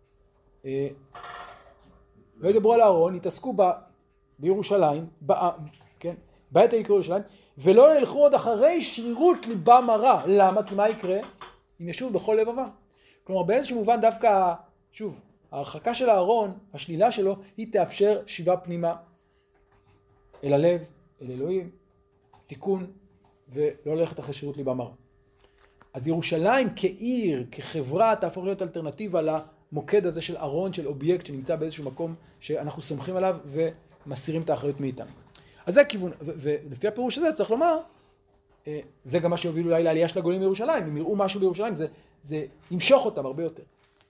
לא ידברו על הארון, יתעסקו בירושלים, כן? בעת יקראו ירושלים, ולא ילכו עוד אחרי שרירות ליבם הרע. למה? כי מה יקרה? אם ישוב בכל לבבם. כלומר, באיזשהו מובן דווקא, שוב, ההרחקה של הארון, השלילה שלו, היא תאפשר שיבה פנימה אל הלב, אל אלוהים, תיקון, ולא ללכת אחרי שרירות ליבם הרע. אז ירושלים כעיר, כחברה, תהפוך להיות אלטרנטיבה למוקד הזה של ארון, של אובייקט שנמצא באיזשהו מקום שאנחנו סומכים עליו ומסירים את האחריות מאיתנו. אז זה הכיוון, ולפי הפירוש הזה צריך לומר, זה גם מה שיוביל אולי לעלייה של הגולים בירושלים. אם יראו משהו בירושלים, זה ימשוך אותם הרבה יותר.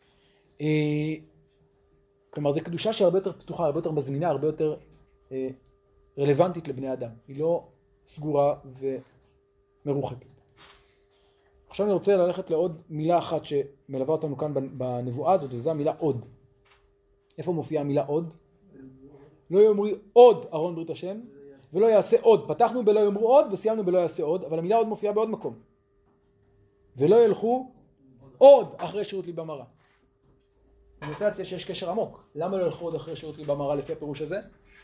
כלומר, זו קדושה שהרבה יותר פתוחה, הרבה יותר מזמינה, הרבה יותר רלוונטית לבני אדם. היא לא סגורה ומרוחקת. עכשיו אני רוצה ללכת לעוד מילה אחת שמלווה אותנו כאן בנבואה הזאת, וזו המילה עוד. איפה מופיעה המילה עוד? לא יאמרו עוד ארון ברית השם, ולא יעשה עוד. פתחנו בלא יאמרו עוד וסיימנו בלא יעשה עוד, אבל המילה עוד מופיעה בעוד מקום. ולא ילכו עוד אחרי שירות ליבם הרע. אני רוצה להציע שיש קשר עמוק. למה לא ילכו עוד אחרי שירות ליבם הרע לפי הפירוש הזה?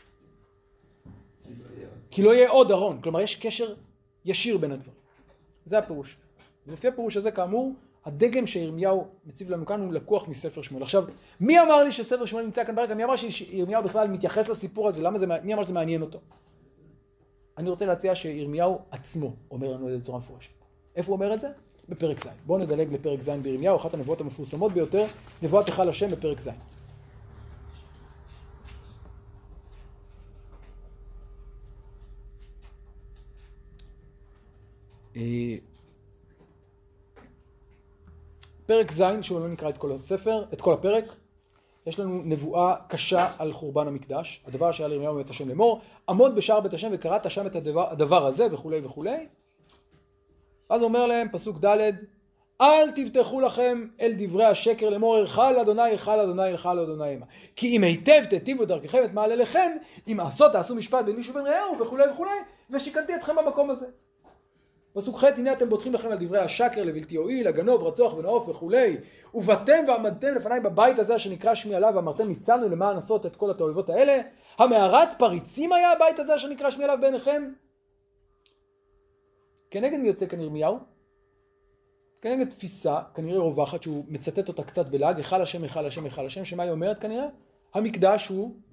כי לא יהיה עוד ארון. כלומר, יש קשר ישיר בין הדברים. זה הפירוש. ולפי הפירוש הזה, כאמור, הדגם שירמיהו מציב לנו כאן הוא לקוח מספר שמואל. עכשיו, מי אמר לי שספר שמואל נמצא כאן ברקע? מי אמר שירמיהו בכלל מתייחס לסיפור הזה? מי אמר שזה מעניין אותו? אני רוצה להציע שירמיהו עצמו אומר לנו את זה בצורה מפורשת. איפה הוא אומר את זה? בפרק ז'. בואו נדלג לפרק ז' בירמיהו, אחת הנבואות המפורסמות ביותר, נבואת היכל השם בפרק ז'. פרק ז', שוב לא נקרא את כל הספר, את כל הפרק, יש לנו נבואה קשה על חורבן המקדש, הדבר שהיה לירמיהו בית השם לאמור, עמוד בשער בית השם וקראת שם את הדבר הזה וכו' וכו'. אז הוא אומר להם, פסוק ד', אל תבטחו לכם אל דברי השקר לאמור, הרחל אדוני, הרחל אדוני, הרחל אדוני המה. כי אם היטב תיטיבו דרככם את מעלה לכם, אם עשות תעשו משפט בין מישהו בין רעהו וכו' וכו', ושכנתי אתכם במקום הזה. פסוק ח', הנה אתם בוטחים לכם על דברי השקר לבלתי יועיל, הגנוב, רצוח ונעוף וכו'. ובאתם ועמדתם לפניי בבית הזה שנקרא שמי עליו, ואמרתם ניצלנו למען לעשות את כל התועבות האלה. המערת פריצים היה הבית הזה שנקרא שמי עליו בעיניכם. כנגד מי יוצא כאן ירמיהו? כנגד תפיסה, כנראה רווחת, שהוא מצטט אותה קצת בלעג, היכל השם, היכל השם, היכל השם, שמה היא אומרת כנראה? המקדש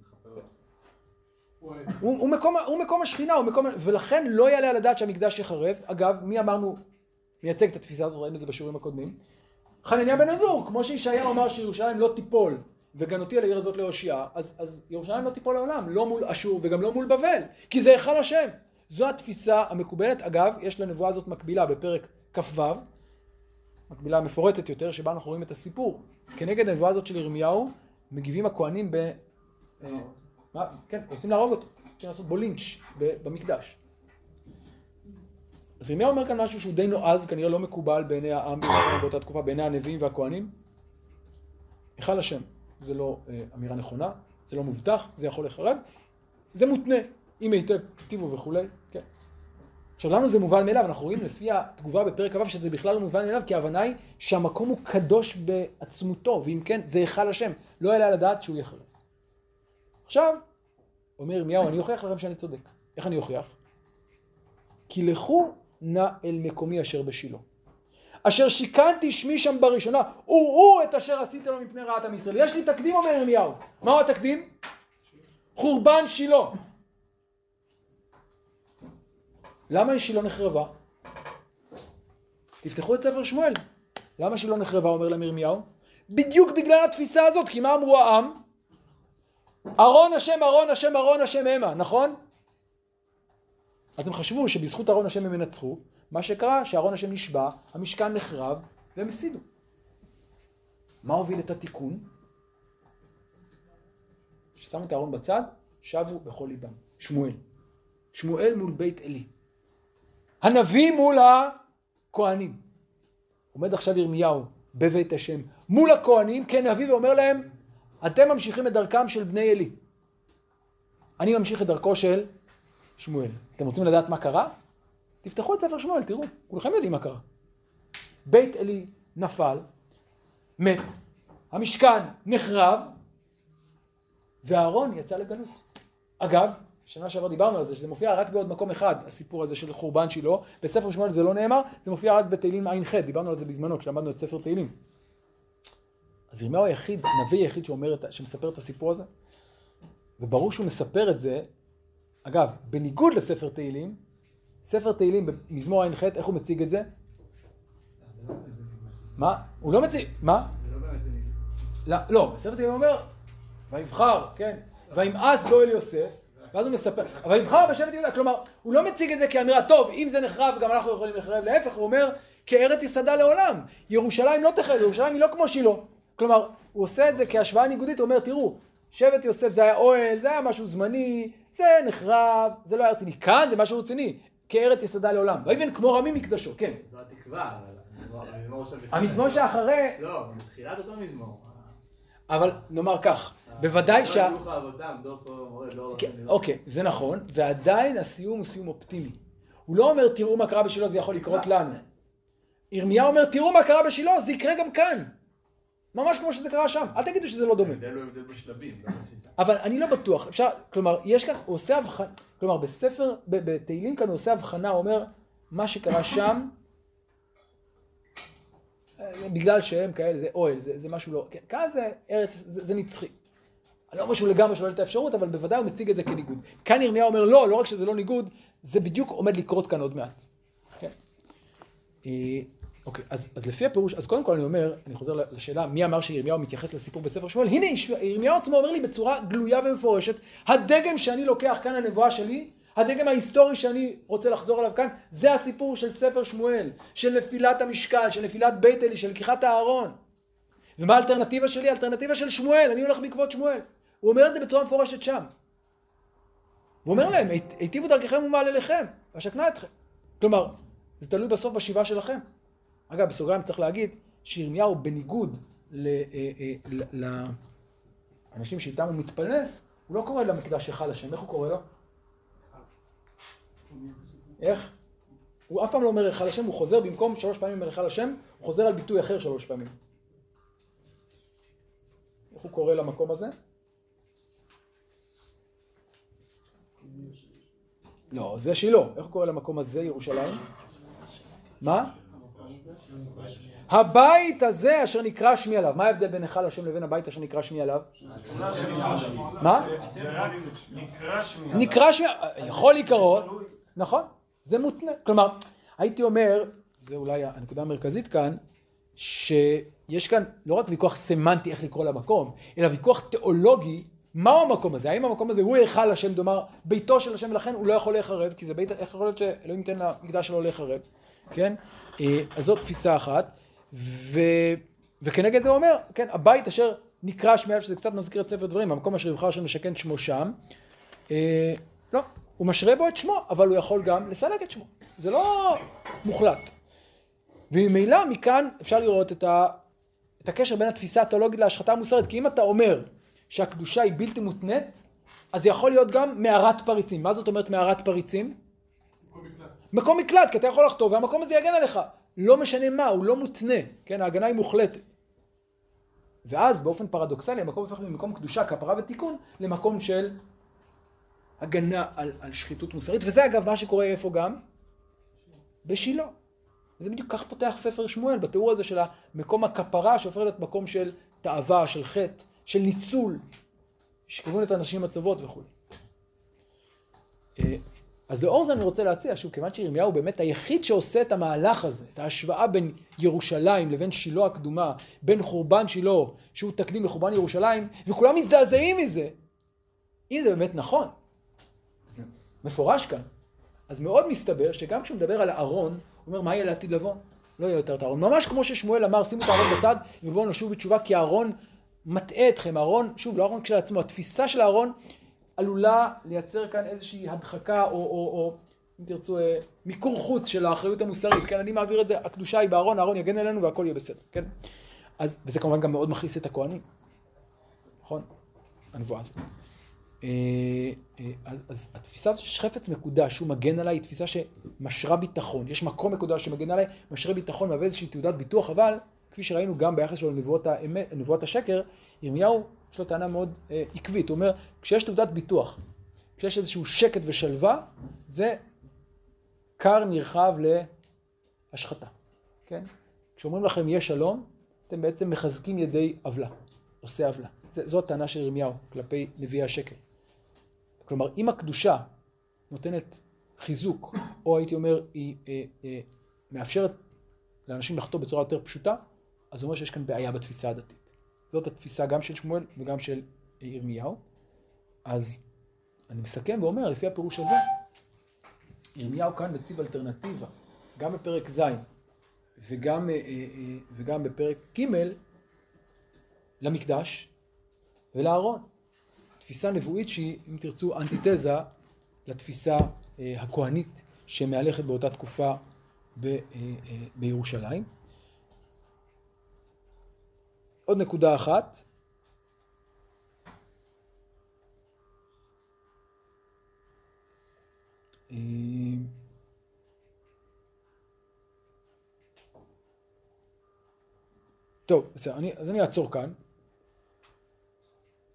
הוא מקום השכינה, ולכן לא יעלה על הדעת שהמקדש יחרב. אגב, מי אמרנו, מייצג את התפיסה הזאת, ראינו את זה בשיעורים הקודמים. חנניה בן עזור, כמו שישעיהו אמר שירושלים לא תיפול, וגנותי על העיר הזאת להושיע, אז ירושלים לא תיפול לעולם, לא מול אשור וגם לא מול בבל, כי זה היכל השם. זו התפיסה המקובלת. אגב, יש לנבואה הזאת מקבילה בפרק כ"ו, מקבילה מפורטת יותר, שבה אנחנו רואים את הסיפור. כנגד הנבואה הזאת של ירמיהו, מגיבים הכהנים כן, רוצים להרוג אותו, רוצים לעשות בו לינץ' במקדש. אז ירמיהו אומר כאן משהו שהוא די נועז, כנראה לא מקובל בעיני העם באותה תקופה, בעיני הנביאים והכהנים. היכל השם, זה לא אמירה נכונה, זה לא מובטח, זה יכול לחרב, זה מותנה, אם היטב, תיטיבו וכולי, כן. עכשיו לנו זה מובן מאליו, אנחנו רואים לפי התגובה בפרק כ"ו שזה בכלל לא מובן מאליו, כי ההבנה היא שהמקום הוא קדוש בעצמותו, ואם כן, זה היכל השם, לא יעלה על הדעת שהוא יחרב. עכשיו, אומר ירמיהו, אני אוכיח לכם שאני צודק. איך אני אוכיח? כי לכו נא אל מקומי אשר בשילה. אשר שיקנתי שמי שם בראשונה, וראו את אשר עשיתי לו מפני רעת עם ישראל. יש לי תקדים, אומר ירמיהו. מהו התקדים? חורבן שילה. למה שילה נחרבה? תפתחו את ספר שמואל. למה שילה נחרבה, אומר להם ירמיהו? בדיוק בגלל התפיסה הזאת, כי מה אמרו העם? ארון השם, ארון השם, ארון השם המה, נכון? אז הם חשבו שבזכות ארון השם הם ינצחו, מה שקרה שארון השם נשבע, המשכן נחרב, והם הפסידו. מה הוביל את התיקון? ששמו את הארון בצד, שבו בכל ליבם. שמואל. שמואל מול בית אלי. הנביא מול הכהנים. עומד עכשיו ירמיהו בבית השם מול הכהנים כנביא ואומר להם, אתם ממשיכים את דרכם של בני אלי. אני ממשיך את דרכו של שמואל. אתם רוצים לדעת מה קרה? תפתחו את ספר שמואל, תראו. כולכם יודעים מה קרה. בית אלי נפל, מת, המשכן נחרב, והארון יצא לגלות. אגב, שנה שעבר דיברנו על זה, שזה מופיע רק בעוד מקום אחד, הסיפור הזה של חורבן שילה. בספר שמואל זה לא נאמר, זה מופיע רק בתהילים ע"ח, דיברנו על זה בזמנו, כשלמדנו את ספר תהילים. אז ירמיהו היחיד, הנביא היחיד שמספר את הסיפור הזה, וברור שהוא מספר את זה, אגב, בניגוד לספר תהילים, ספר תהילים במזמור ע"ח, איך הוא מציג את זה? מה? הוא לא מציג, מה? לא, בספר תהילים הוא אומר, ויבחר, כן, וימאס בו אל יוסף, ואז הוא מספר, ויבחר בשבט יהודה, כלומר, הוא לא מציג את זה כאמירה, טוב, אם זה נחרב, גם אנחנו יכולים לחרב, להפך, הוא אומר, כארץ יסדה לעולם, ירושלים לא תחרב, ירושלים היא לא כמו שילה. כלומר, הוא עושה את זה כהשוואה ניגודית, הוא אומר, תראו, שבט יוסף זה היה אוהל, זה היה משהו זמני, זה נחרב, זה לא היה רציני, כאן זה משהו רציני, כארץ יסדה לעולם, ואיבן כמו רמי מקדשו, כן. זו התקווה, המזמור שאחרי... לא, מתחילת אותו מזמור. אבל נאמר כך, בוודאי אוקיי, זה נכון, ועדיין הסיום הוא סיום אופטימי. הוא לא אומר, תראו מה קרה בשילה, זה יכול לקרות לנו. ירמיהו אומר, תראו מה קרה בשילה, זה יקרה גם כאן. ממש כמו שזה קרה שם. אל תגידו שזה לא דומה. ההבדל הוא הבדל בשלבים. אבל אני לא בטוח. אפשר, כלומר, יש כאן, הוא עושה הבחנה, כלומר, בספר, בתהילים כאן הוא עושה הבחנה, הוא אומר, מה שקרה שם, בגלל שהם כאלה, זה אוהל, זה משהו לא, כן, כאן זה ארץ, זה נצחי. אני לא אומר שהוא לגמרי שולל את האפשרות, אבל בוודאי הוא מציג את זה כניגוד. כאן ירמיהו אומר לא רק שזה לא ניגוד, זה בדיוק עומד לקרות כאן עוד מעט. כן? אוקיי, אז לפי הפירוש, אז קודם כל אני אומר, אני חוזר לשאלה, מי אמר שירמיהו מתייחס לסיפור בספר שמואל? הנה, ירמיהו עצמו אומר לי בצורה גלויה ומפורשת, הדגם שאני לוקח כאן הנבואה שלי, הדגם ההיסטורי שאני רוצה לחזור עליו כאן, זה הסיפור של ספר שמואל, של נפילת המשקל, של נפילת בית אלי, של לקיחת הארון. ומה האלטרנטיבה שלי? האלטרנטיבה של שמואל, אני הולך בעקבות שמואל. הוא אומר את זה בצורה מפורשת שם. הוא אומר להם, היטיבו דרככם ומעלליכם, ואשכנה אתכם. כלומר, זה תלוי בסוף בשיבה שלכם. אגב, בסוגריים צריך להגיד, שירמיהו בניגוד לאנשים שאיתם הוא מתפלס, הוא לא קורא למקדש היכל השם. איך הוא קורא לו? איך? הוא אף פעם לא אומר היכל השם, הוא חוזר במקום 3 פעמים היכל השם, הוא חוזר על ביטוי אחר 3 פעמים. איך הוא קורא למקום הזה? לא, זה שילה. איך הוא קורא למקום הזה, ירושלים? מה? הבית הזה אשר נקרא שמי עליו. מה ההבדל בין היכל השם לבין הבית אשר נקרא שמי עליו? מה? נקרא שמי, יכול להיקרא, נכון? זה מותנה. כלומר, הייתי אומר, זה אולי הנקודה המרכזית כאן, שיש כאן לא רק ויכוח סמנטי איך לקרוא למקום, אלא ויכוח תיאולוגי, מהו המקום הזה? האם המקום הזה הוא היכל השם, דומר, ביתו של השם, ולכן הוא לא יכול להיחרב, כי זה בית, איך יכול להיות שאלוהים ייתן למקדש שלו להיחרב, כן? אז זאת תפיסה אחת, וכנגד זה הוא אומר, כן, הבית אשר נקרא שמי עליו, שזה קצת מזכיר את ספר דברים, המקום אשר יבחר השם לשכן שמו שם, לא, הוא משרה בו את שמו, אבל הוא יכול גם לסלק את שמו. זה לא מוחלט. וממילא מכאן אפשר לראות את הקשר בין התפיסה התיאולוגית להשחתה המוסרית, כי אם אתה אומר שהקדושה היא בלתי מותנית, אז יכול להיות גם מערת פריצים. מה זאת אומרת מערת פריצים? מקום מקלט, כי אתה יכול לחטוא, והמקום הזה יגן עליך. לא משנה מה, הוא לא מותנה, כן? ההגנה היא מוחלטת. ואז באופן פרדוקסלי, המקום הופך ממקום קדושה, כפרה ותיקון, למקום של הגנה על שחיתות מוסרית. וזה אגב מה שקורה איפה גם? בשילה. וזה בדיוק כך פותח ספר שמואל, בתיאור הזה של המקום הכפרה, שהופך להיות מקום של תאווה, של חטא, של ניצול, שכיוון את הנשים הטובות וכו'. אז לאור זה אני רוצה להציע, שוב, כיוון שירמיהו הוא באמת היחיד שעושה את המהלך הזה, את ההשוואה בין ירושלים לבין שילה הקדומה, בין חורבן שילה, שהוא תקדים לחורבן ירושלים, וכולם מזדעזעים מזה. אם זה באמת נכון, זה מפורש כאן. אז מאוד מסתבר שגם כשהוא מדבר על הארון, הוא אומר, מה יהיה לעתיד לבוא? לא יהיה יותר את הארון. ממש כמו ששמואל אמר, שימו את הארון בצד, ובואו נשוב בתשובה, כי הארון מטעה אתכם. הארון, שוב, לא הארון כשלעצמו, התפיסה של הארון עלולה לייצר כאן איזושהי הדחקה, או אם תרצו, מיקור חוץ של האחריות המוסרית. כן, אני מעביר את זה, הקדושה היא בארון, הארון יגן אלינו והכל יהיה בסדר. כן? וזה כמובן גם מאוד מכעיס את הכהנים. נכון? הנבואה הזאת. אז התפיסה שחפץ מקודש, שהוא מגן עליי, היא תפיסה שמשרה ביטחון. יש מקום מקודש שמגן עליי, משרה ביטחון, מהווה איזושהי תעודת ביטוח, אבל כפי שראינו גם ביחס שלו לנבואות השקר, ירמיהו יש לו טענה מאוד עקבית. הוא אומר, כשיש תעודת ביטוח, כשיש איזשהו שקט ושלווה, זה קר נרחב להשחתה. כן? כשאומרים לכם יש שלום, אתם בעצם מחזקים ידי עוולה, עושה עוולה. זו הטענה של ירמיהו כלפי נביאי השקר. כלומר, אם הקדושה נותנת חיזוק, או הייתי אומר, היא מאפשרת לאנשים לחטוא בצורה יותר פשוטה, אז הוא אומר שיש כאן בעיה בתפיסה הדתית. זאת התפיסה גם של שמואל וגם של ירמיהו. אז אני מסכם ואומר, לפי הפירוש הזה, ירמיהו כאן מציב אלטרנטיבה, גם בפרק ז' וגם בפרק ג' למקדש ולארון. תפיסה נבואית שהיא, אם תרצו, אנטיתזה לתפיסה הכהנית שמהלכת באותה תקופה בירושלים. עוד נקודה אחת. טוב, בסדר, אז אני אעצור כאן.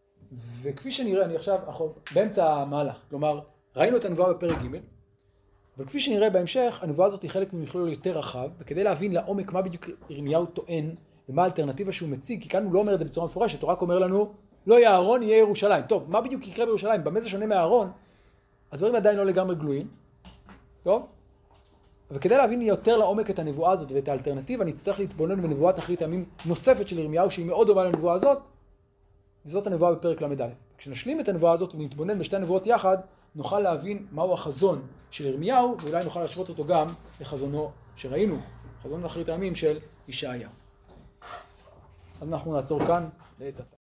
וכפי שנראה, אנחנו באמצע המהלך. כלומר, ראינו את הנבואה בפרק ג', אבל כפי שנראה בהמשך, הנבואה הזאת היא חלק ממכלול יותר רחב, וכדי להבין לעומק מה בדיוק ירמיהו טוען, ומה האלטרנטיבה שהוא מציג, כי כאן הוא לא אומר את זה בצורה מפורשת, הוא רק אומר לנו, לא יהיה אהרון, יהיה ירושלים. טוב, מה בדיוק יקרה בירושלים? במה זה שונה מאהרון? הדברים עדיין לא לגמרי גלויים. טוב? וכדי להבין יותר לעומק את הנבואה הזאת ואת האלטרנטיבה, נצטרך להתבונן בנבואת אחרית הימים נוספת של ירמיהו, שהיא מאוד דומה לנבואה הזאת, וזאת הנבואה בפרק ל"א. כשנשלים את הנבואה הזאת ונתבונן בשתי הנבואות יחד, נוכל להבין מהו החזון של ירמיהו, ואולי נוכל להשוות אותו גם לחזונו שראינו, חזון אחרית הימים של ישעיה. אז אנחנו נעצור כאן לעת עתה.